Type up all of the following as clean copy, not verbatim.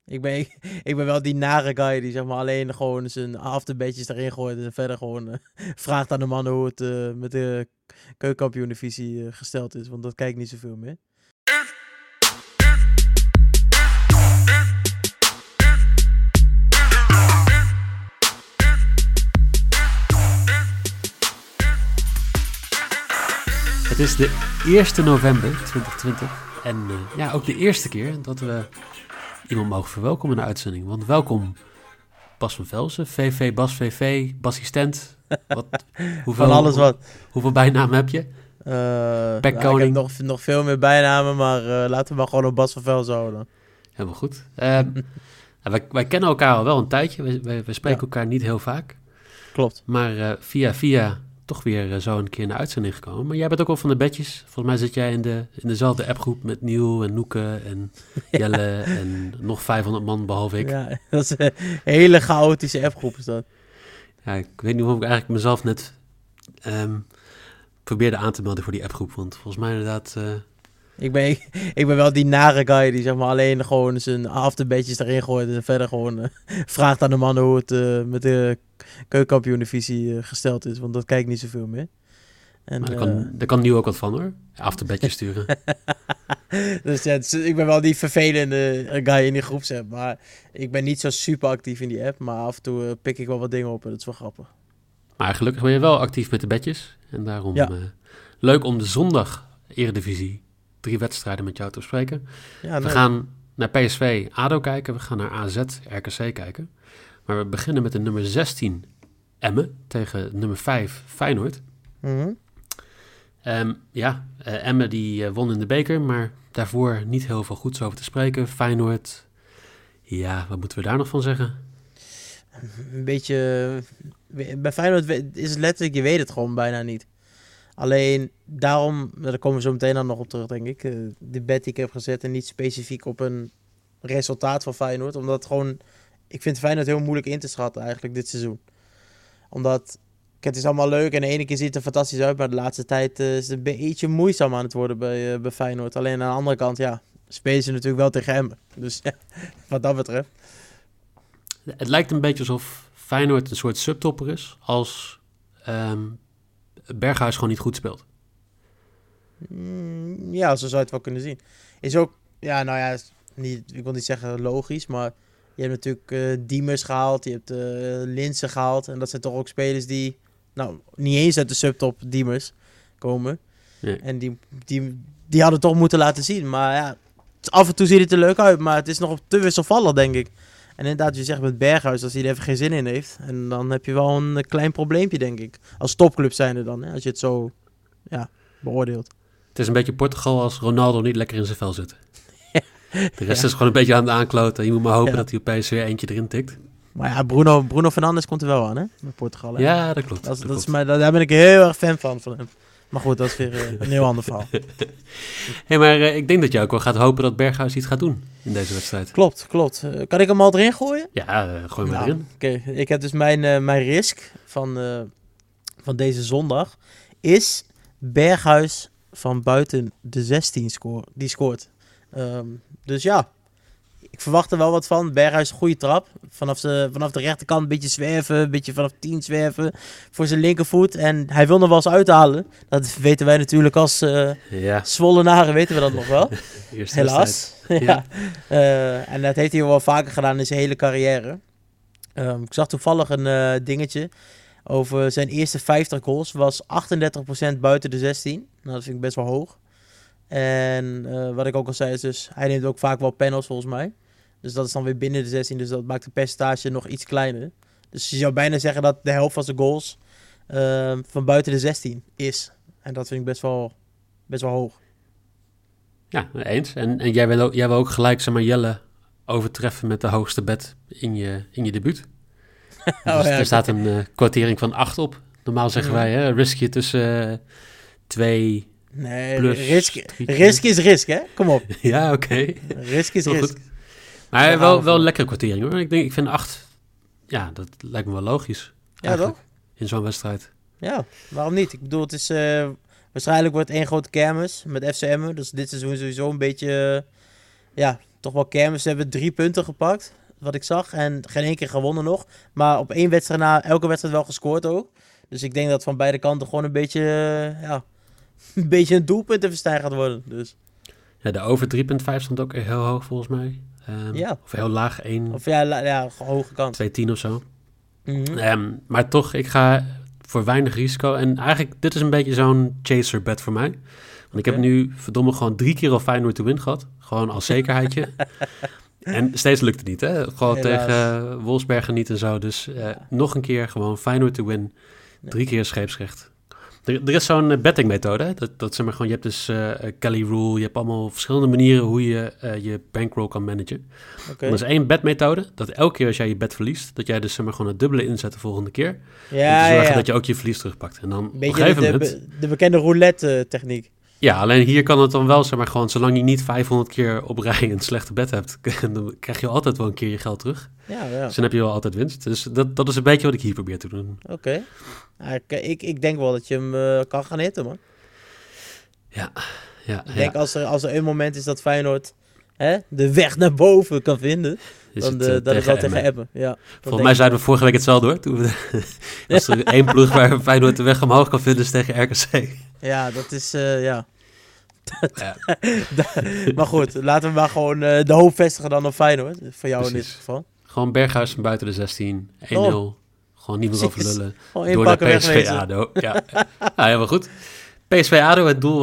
Ik ben wel die nare guy die zeg maar alleen gewoon zijn afterbedjes erin gooit en verder gewoon vraagt aan de mannen hoe het met de keukenkampioen-divisie gesteld is. Want dat kijk ik niet zoveel meer. Het is de 1 november 2020 en ook de eerste keer dat we iemand mogen verwelkomen in de uitzending. Want welkom Bas van Velzen, VV, Bas VV, Bassistent. Van alles wat. Hoeveel bijnamen heb je? Ik heb nog veel meer bijnamen, maar laten we maar gewoon op Bas van Velzen houden. Helemaal goed. Wij kennen elkaar al wel een tijdje, we spreken elkaar niet heel vaak. Klopt. Maar via toch weer zo een keer in de uitzending gekomen. Maar jij bent ook wel van de bedjes. Volgens mij zit jij in dezelfde appgroep met Niel en Noeke en Jelle en nog 500 man behalve ik. Ja, dat is een hele chaotische appgroep is dat. Ja, ik weet niet of ik eigenlijk mezelf net probeerde aan te melden voor die appgroep. Want volgens mij inderdaad... Ik ben wel die nare guy die zeg maar alleen gewoon zijn afterbedjes erin gooit en verder gewoon vraagt aan de mannen hoe het met de keukenkampioen-divisie gesteld is. Want dat kijk ik niet zoveel meer. En, daar kan Nieuw ook wat van hoor. Afterbedjes sturen. Dus ja, ik ben wel die vervelende guy in die groepsapp. Maar ik ben niet zo super actief in die app. Maar af en toe pik ik wel wat dingen op en dat is wel grappig. Maar gelukkig ben je wel actief met de bedjes. En daarom leuk om de zondag Eredivisie 3 wedstrijden met jou te bespreken. Ja, we gaan naar PSV ADO kijken. We gaan naar AZ RKC kijken. Maar we beginnen met de nummer 16 Emmen tegen nummer 5 Feyenoord. Mm-hmm. Emmen die won in de beker, maar daarvoor niet heel veel goeds over te spreken. Feyenoord, ja, wat moeten we daar nog van zeggen? Een beetje... Bij Feyenoord is het letterlijk, je weet het gewoon bijna niet. Alleen daarom, daar komen we zo meteen dan nog op terug, denk ik. De bet die ik heb gezet en niet specifiek op een resultaat van Feyenoord. Omdat gewoon, ik vind Feyenoord heel moeilijk in te schatten eigenlijk dit seizoen. Omdat, het is allemaal leuk en de ene keer ziet het er fantastisch uit. Maar de laatste tijd is het een beetje moeizaam aan het worden bij Feyenoord. Alleen aan de andere kant, ja, spelen ze natuurlijk wel tegen Emmen. Dus ja, wat dat betreft. Het lijkt een beetje alsof Feyenoord een soort subtopper is als... Berghuis gewoon niet goed speelt. Ja, zo zou je het wel kunnen zien. Is ook, ik wil niet zeggen logisch, maar je hebt natuurlijk Diemers gehaald, je hebt Linssen gehaald. En dat zijn toch ook spelers die, niet eens uit de subtop Diemers komen. Nee. En die hadden toch moeten laten zien. Maar ja, af en toe ziet het er leuk uit, maar het is nog te wisselvallig, denk ik. En inderdaad, je zegt met Berghuis, als hij er even geen zin in heeft. En dan heb je wel een klein probleempje, denk ik. Als topclub zijnde dan, hè, als je het zo beoordeelt. Het is een beetje Portugal als Ronaldo niet lekker in zijn vel zit. De rest is gewoon een beetje aan het aankloten. Je moet maar hopen dat hij opeens weer eentje erin tikt. Maar ja, Bruno Fernandes komt er wel aan, hè? Met Portugal. Hè? Ja, dat klopt. Daar ben ik heel erg fan van hem. Maar goed, dat is weer een heel ander verhaal. Maar ik denk dat je ook wel gaat hopen dat Berghuis iets gaat doen in deze wedstrijd. Klopt. Kan ik hem al erin gooien? Ja, gooi hem erin. Oké. Ik heb dus mijn risk van deze zondag is Berghuis van buiten de 16 die scoort. Dus ja, ik verwacht er wel wat van. Berghuis, goede trap. Vanaf de rechterkant een beetje zwerven. Een beetje vanaf 10 zwerven. Voor zijn linkervoet. En hij wil nog wel eens uithalen. Dat weten wij natuurlijk als Zwollenaren. Weten we dat nog wel. Helaas. Ja. En dat heeft hij wel vaker gedaan in zijn hele carrière. Ik zag toevallig een dingetje. Over zijn eerste 50 goals was 38% buiten de 16. Nou, dat vind ik best wel hoog. En wat ik ook al zei is dus, hij neemt ook vaak wel panels volgens mij. Dus dat is dan weer binnen de 16, dus dat maakt het percentage nog iets kleiner. Dus je zou bijna zeggen dat de helft van zijn goals van buiten de 16 is. En dat vind ik best wel hoog. Ja, eens. En jij wil ook gelijk, zeg maar, Jelle overtreffen met de hoogste bet in je debuut. Dus er staat een kwartering van 8 op. Normaal zeggen wij, hè, risk je tussen 2... Nee, risk is risk, hè? Kom op. Ja, oké. Risk is risk. Goed. Maar wel een lekkere kwartering, hoor. Ik vind 8, ja, dat lijkt me wel logisch. Ja, toch? In zo'n wedstrijd. Ja, waarom niet? Ik bedoel, het is... waarschijnlijk wordt het één grote kermis met FC Emmen. Dus dit seizoen sowieso een beetje... toch wel kermis. Ze hebben 3 punten gepakt, wat ik zag. En geen 1 keer gewonnen nog. Maar op 1 wedstrijd na elke wedstrijd wel gescoord ook. Dus ik denk dat van beide kanten gewoon een beetje, een beetje een doelpuntenverstijn gaat worden. Dus. Ja, de over 3,5 stond ook heel hoog volgens mij. Of heel laag, 1. Of hoge kant. 2,10 of zo. Mm-hmm. Maar toch, ik ga voor weinig risico. En eigenlijk, dit is een beetje zo'n chaser bet voor mij. Want ik heb nu verdomme gewoon 3 keer al Feyenoord to win gehad. Gewoon als zekerheidje. En steeds lukt het niet, hè? Gewoon helaas. Tegen Wolfsbergen niet en zo. Dus nog een keer gewoon Feyenoord to win. 3 keer scheepsrecht. Er is zo'n bettingmethode, hè? Dat zeg maar gewoon, je hebt dus Kelly Rule, je hebt allemaal verschillende manieren hoe je je bankroll kan managen. Er is 1 betmethode, dat elke keer als jij je bet verliest, dat jij dus zeg maar gewoon het dubbele inzet de volgende keer. Om te zorgen dat je ook je verlies terugpakt. En dan op een gegeven moment... De bekende roulette techniek. Ja, alleen hier kan het dan wel, zeg maar gewoon, zolang je niet 500 keer op rij een slechte bet hebt, dan krijg je altijd wel een keer je geld terug. Ja. Dus dan heb je wel altijd winst. Dus dat is een beetje wat ik hier probeer te doen. Oké. Ik denk wel dat je hem kan gaan hitten, man. Ja. Ik denk als er een moment is dat Feyenoord de weg naar boven kan vinden, dan dat is wel tegen Emmen. Ja, volgens mij zeiden we vorige week hetzelfde, hoor. Als er 1 ploeg waar Feyenoord de weg omhoog kan vinden, is tegen RKC. Ja, dat is, maar goed, laten we maar gewoon de hoop vestigen dan op Feyenoord. Voor jou in dit geval. Gewoon Berghuis van buiten de 16, 1-0. Gewoon niet meer over lullen. Door naar PSV ADO. Ja, helemaal goed. PSV ADO, het doel,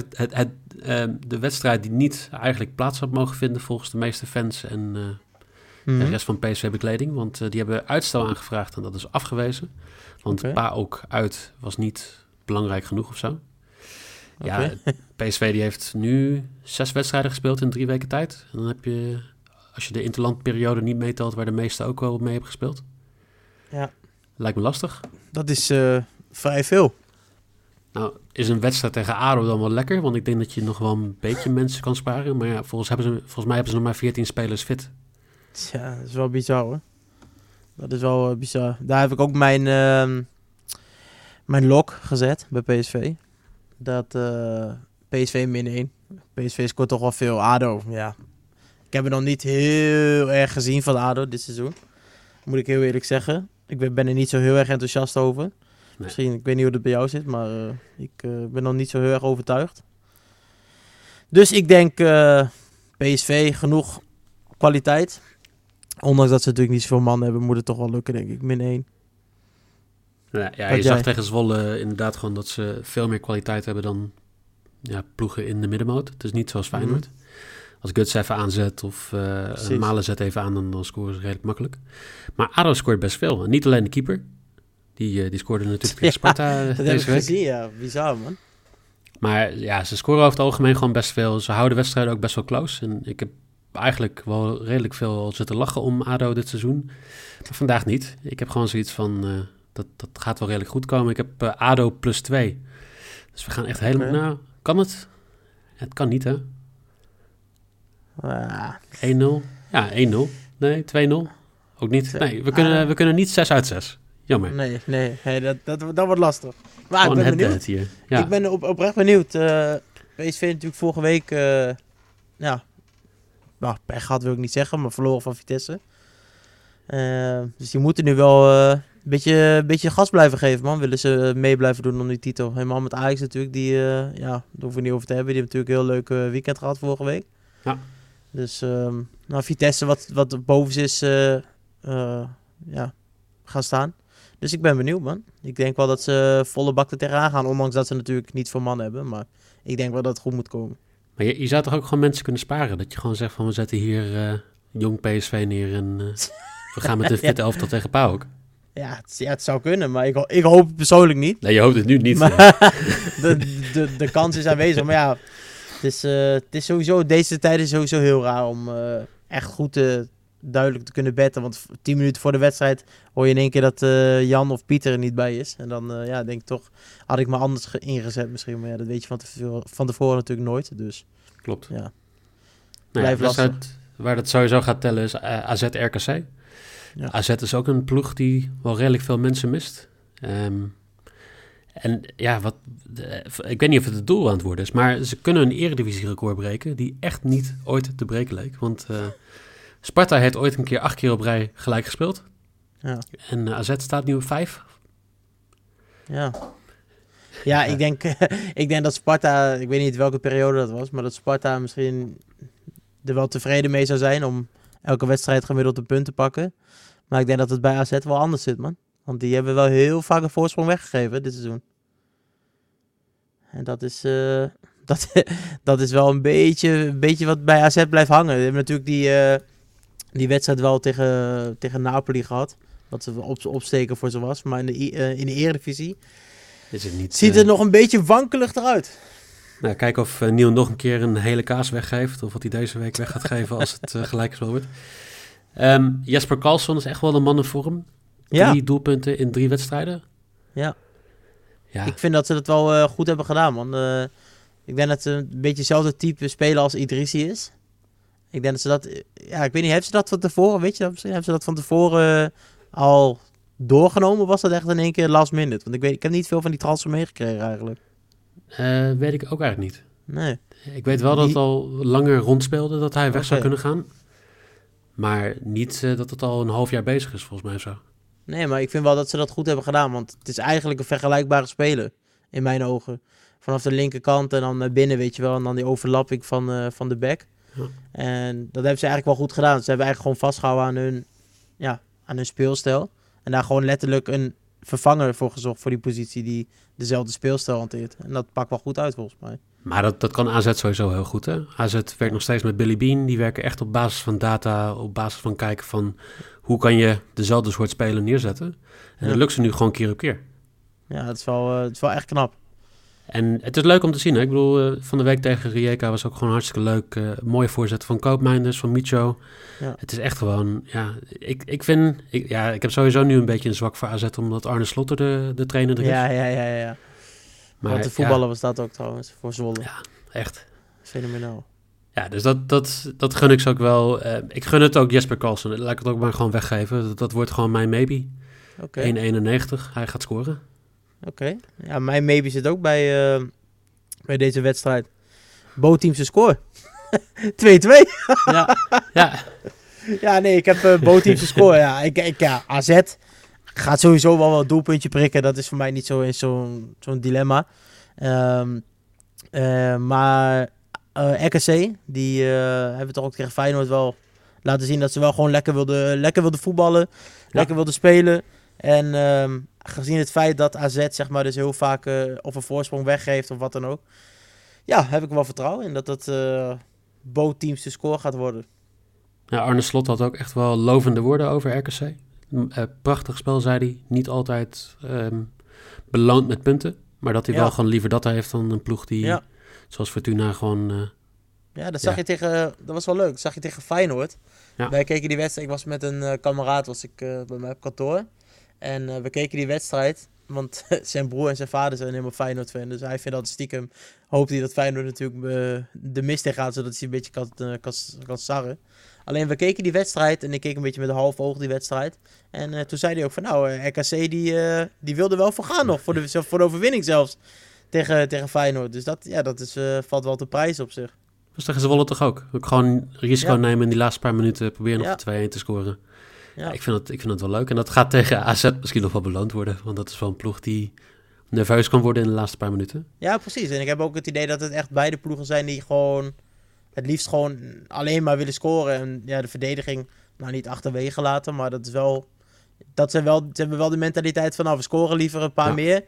de wedstrijd die niet eigenlijk plaats had mogen vinden volgens de meeste fans en de rest van PSV-bekleding. Want die hebben uitstel aangevraagd en dat is afgewezen. Want PAOK uit was niet belangrijk genoeg of zo. Ja, PSV die heeft nu 6 wedstrijden gespeeld in 3 weken tijd. En dan heb je, als je de interlandperiode niet meetelt, waar de meesten ook wel mee hebben gespeeld. Ja. Lijkt me lastig. Dat is vrij veel. Nou, is een wedstrijd tegen ADO dan wel lekker? Want ik denk dat je nog wel een beetje mensen kan sparen. Maar ja, volgens mij hebben ze nog maar 14 spelers fit. Ja, dat is wel bizar, hoor. Dat is wel bizar. Daar heb ik ook mijn lock gezet bij PSV. Dat PSV -1. PSV scoort toch wel veel. ADO, ja. Ik heb het nog niet heel erg gezien van ADO dit seizoen. Moet ik heel eerlijk zeggen. Ik ben er niet zo heel erg enthousiast over. Nee. Misschien, ik weet niet hoe het bij jou zit, maar ik ben nog niet zo heel erg overtuigd. Dus ik denk PSV genoeg kwaliteit. Ondanks dat ze natuurlijk niet zoveel man hebben, moet het toch wel lukken, denk ik. -1. Ja, je zag tegen Zwolle inderdaad gewoon dat ze veel meer kwaliteit hebben dan ploegen in de middenmoot. Het is niet zoals Feyenoord. Als Guts even aanzet of Malen zet even aan, dan scoren ze redelijk makkelijk. Maar ADO scoort best veel. En niet alleen de keeper. Die scoorde natuurlijk tegen Sparta dat deze heb ik week. Gezien, ja. Bizar, man. Maar ja, ze scoren over het algemeen gewoon best veel. Ze houden wedstrijden ook best wel close. En ik heb eigenlijk wel redelijk veel zitten lachen om ADO dit seizoen. Maar vandaag niet. Ik heb gewoon zoiets van... Dat gaat wel redelijk goed komen. Ik heb ADO +2. Dus we gaan echt helemaal... Nou, kan het? Het kan niet, hè? 1-0? Ja, 1-0. Nee, 2-0? Ook niet. Nee, we kunnen niet 6 uit 6. Jammer. Nee, dat wordt lastig. Maar gewoon ik ben benieuwd. Hier. Ja. Ik ben oprecht benieuwd. PSV natuurlijk vorige week... pech gehad wil ik niet zeggen, maar verloren van Vitesse. Dus die moeten nu wel een beetje gas blijven geven, man. Willen ze mee blijven doen om die titel. Helemaal met Ajax natuurlijk, daar hoeven we niet over te hebben. Die hebben natuurlijk een heel leuk weekend gehad vorige week. Ja. Dus Vitesse wat boven is gaan staan. Dus ik ben benieuwd, man. Ik denk wel dat ze volle bak er tegenaan gaan, ondanks dat ze natuurlijk niet veel man hebben. Maar ik denk wel dat het goed moet komen. Maar je zou toch ook gewoon mensen kunnen sparen? Dat je gewoon zegt van we zetten hier jong PSV neer en we gaan met de fit elftal tegen PAOK. Ja, het zou kunnen, maar ik hoop het persoonlijk niet. Nee, je hoopt het nu niet. Maar de kans is aanwezig. Maar ja, het is sowieso, deze tijd is sowieso heel raar om echt goed duidelijk te kunnen betten. Want 10 minuten voor de wedstrijd hoor je in één keer dat Jan of Pieter er niet bij is. En dan denk ik toch, had ik me anders ingezet misschien. Maar ja, dat weet je van tevoren natuurlijk nooit. Dus klopt. Ja. Blijf lastig. Waar dat sowieso gaat tellen is AZ-RKC. Ja. AZ is ook een ploeg die wel redelijk veel mensen mist. En ja, ik weet niet of het het doel aan het worden is, maar ze kunnen een eredivisie-record breken die echt niet ooit te breken leek. Want Sparta heeft ooit een keer 8 keer op rij gelijk gespeeld. Ja. En AZ staat nu op 5. Ja, ik denk dat Sparta, ik weet niet welke periode dat was, maar dat Sparta misschien er wel tevreden mee zou zijn om elke wedstrijd gemiddeld een punt te pakken. Maar ik denk dat het bij AZ wel anders zit, man. Want die hebben wel heel vaak een voorsprong weggegeven dit seizoen. En dat is wel een beetje wat bij AZ blijft hangen. We hebben natuurlijk die wedstrijd wel tegen Napoli gehad. Wat ze opsteken voor ze was. Maar in de Eredivisie is het niet, ziet het nog een beetje wankelig eruit. Nou, kijken of Niel nog een keer een hele kaas weggeeft. Of wat hij deze week weg gaat geven als het gelijk gespeeld wordt. Jesper Karlsson is echt wel een man in vorm. 3 doelpunten in 3 wedstrijden. Ja. Ik vind dat ze dat wel goed hebben gedaan, man. Ik denk dat ze een beetje hetzelfde type spelen als Idrissi is. Ik denk dat ze dat... Ja, ik weet niet, hebben ze dat van tevoren, weet je dat? Misschien hebben ze dat van tevoren al doorgenomen. Was dat echt in één keer last minute? Want ik heb niet veel van die transfer meegekregen eigenlijk. Weet ik ook eigenlijk niet. Nee. Ik weet wel dat het al langer rondspeelde dat hij weg zou kunnen gaan. Maar niet dat het al een half jaar bezig is, volgens mij of zo. Nee, maar ik vind wel dat ze dat goed hebben gedaan. Want het is eigenlijk een vergelijkbare speler, in mijn ogen. Vanaf de linkerkant en dan naar binnen, weet je wel. En dan die overlapping van de back. Ja. En dat hebben ze eigenlijk wel goed gedaan. Ze hebben eigenlijk gewoon vastgehouden aan hun speelstijl. En daar gewoon letterlijk een vervanger voor gezocht voor die positie die dezelfde speelstijl hanteert. En dat pakt wel goed uit, volgens mij. Maar dat kan AZ sowieso heel goed, hè? AZ werkt nog steeds met Billy Bean. Die werken echt op basis van data, op basis van kijken van hoe kan je dezelfde soort spelen neerzetten. En dat lukt ze nu gewoon keer op keer. Ja, het is wel echt knap. En het is leuk om te zien, hè? Ik bedoel, van de week tegen Rijeka was ook gewoon hartstikke leuk. Mooie voorzet van Koopmeiners, van Micho. Ja. Het is echt gewoon, ja, ik heb sowieso nu een beetje een zwak voor AZ, omdat Arne Slotter de trainer er is. Ja. Maar want de voetballer was dat ook trouwens, voor Zwolle. Ja, echt. Fenomenaal. Ja, dus dat gun ik ze ook wel. Ik gun het ook Jesper Karlsson. Laat ik het ook maar gewoon weggeven. Dat wordt gewoon mijn maybe. 1,91. Hij gaat scoren. Oké. Ja, mijn maybe zit ook bij deze wedstrijd. Bo-teamse score. 2-2. Ja, nee, ik heb Bo-teamse score. Ja, AZ gaat sowieso wel een doelpuntje prikken. Dat is voor mij niet zo'n dilemma. Maar RKC, die hebben toch ook tegen Feyenoord wel laten zien dat ze wel gewoon lekker wilden voetballen. Lekker wilden spelen. En gezien het feit dat AZ zeg maar dus heel vaak of een voorsprong weggeeft of wat dan ook. Ja, heb ik wel vertrouwen in dat Bo-teams de score gaat worden. Ja, Arne Slot had ook echt wel lovende woorden over RKC. Prachtig spel, zei hij. Niet altijd beloond met punten. Maar dat hij wel gewoon liever dat heeft dan een ploeg die, zoals Fortuna, gewoon... dat zag je tegen... Dat was wel leuk. Dat zag je tegen Feyenoord. Ja. Wij keken die wedstrijd. Ik was met een kameraad bij mij op kantoor. En we keken die wedstrijd. Want zijn broer en zijn vader zijn helemaal Feyenoord-fan. Dus hij vindt dat stiekem... Hoopt hij dat Feyenoord natuurlijk de mist in gaat. Zodat hij een beetje kan sarren. Alleen we keken die wedstrijd. En ik keek een beetje met een half oog die wedstrijd. En toen zei hij ook van... RKC die wilde wel voor gaan nog. Voor de overwinning zelfs. Tegen Feyenoord. Dus dat valt wel te prijs op zich. Dat is tegen Zwolle toch ook? Ook gewoon risico nemen in die laatste paar minuten. Proberen nog 2-1 te scoren. Ja. Ik vind het wel leuk. En dat gaat tegen AZ misschien nog wel beloond worden. Want dat is wel een ploeg die nerveus kan worden in de laatste paar minuten. Ja, precies. En ik heb ook het idee dat het echt beide ploegen zijn die gewoon... het liefst gewoon alleen maar willen scoren. En de verdediging niet achterwege laten. Maar dat is wel... ze hebben wel de mentaliteit van... we scoren liever een paar meer...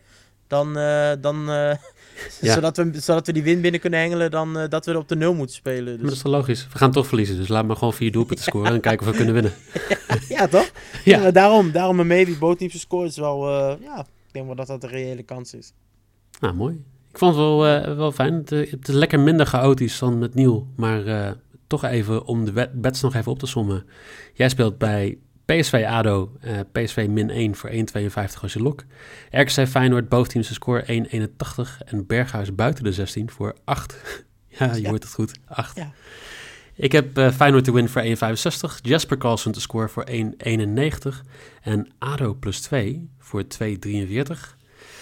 Zodat we die win binnen kunnen hengelen... dan dat we er op de 0 moeten spelen. Dus. Maar dat is toch logisch? We gaan toch verliezen. Dus laat maar gewoon 4 doelpunten scoren... en kijken of we kunnen winnen. Ja, toch? Ja. Daarom een maybe Bo-teamse score is wel... ik denk wel dat een reële kans is. Nou, mooi. Ik vond het wel fijn. Het is lekker minder chaotisch dan met Niel. Maar toch even om de bets nog even op te sommen. Jij speelt bij... PSV ADO, PSV -1 voor 1,52 als je lok. RKC Feyenoord, boventeamse score 1,81. En Berghuis buiten de 16 voor 8. Je hoort het goed, 8. Ja. Ik heb Feyenoord te win voor 1,65. Jesper Karlsson te score voor 1,91. En ADO +2 voor 2,43.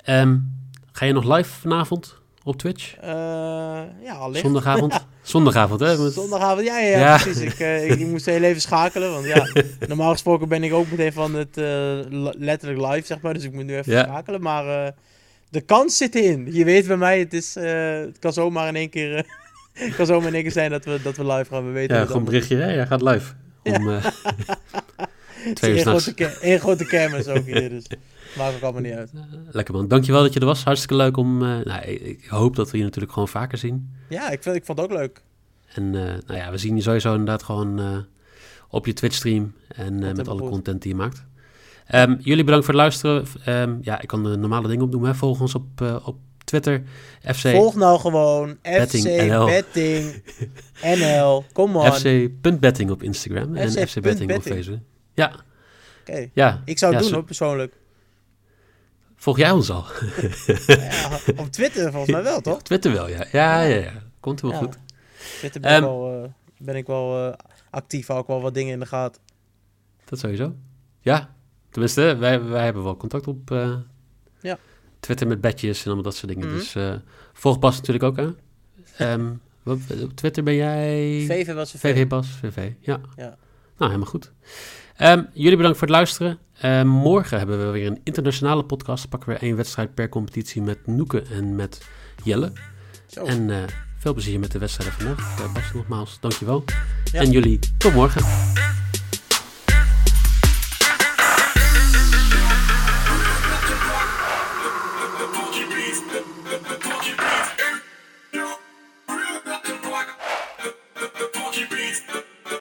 Ga je nog live vanavond op Twitch? Ja, allicht. Zondagavond? Zondagavond, hè? Zondagavond, ja, precies. Ik moest heel even schakelen, want ja, normaal gesproken ben ik ook meteen van het letterlijk live, zeg maar. Dus ik moet nu even schakelen, maar de kans zit erin. Je weet bij mij, het kan zomaar in één keer... Het kan zomaar in één keer zijn dat we live gaan. We weten gewoon een berichtje. Hè? Jij gaat live. Om 2 uur 's nachts. Eén grote kermis ook hier, dus maakt ook allemaal niet uit. Lekker man. Dankjewel dat je er was. Hartstikke leuk om... ik hoop dat we je natuurlijk gewoon vaker zien. Ja, ik vond het ook leuk. En we zien je sowieso inderdaad gewoon op je Twitch stream. En met alle content die je maakt. Jullie bedankt voor het luisteren. Ik kan de normale dingen opdoen. Hè. Volg ons op Twitter, FC... Volg nou gewoon Betting FC NL. Betting NL. Kom on. FC.betting op Instagram en FC Betting op Facebook. Ja. Okay. Ja. Ik zou het doen hoor, persoonlijk. Volg jij ons al? Ja, op Twitter volgens mij wel, toch? Op Twitter wel, ja. Ja. Komt wel goed. Twitter ben ik wel actief, hou ik wel wat dingen in de gaten. Dat sowieso. Ja, tenminste, wij hebben wel contact op Twitter met badges en allemaal dat soort dingen. Dus volg Bas natuurlijk ook aan. Op Twitter ben jij... VV was VV Bas, VV, ja. Nou, helemaal goed. Jullie bedankt voor het luisteren. Morgen hebben we weer een internationale podcast. Pakken we 1 wedstrijd per competitie met Noeke en met Jelle. Zo. En veel plezier met de wedstrijden vandaag. Bas, nogmaals, dankjewel. Ja. En jullie, tot morgen.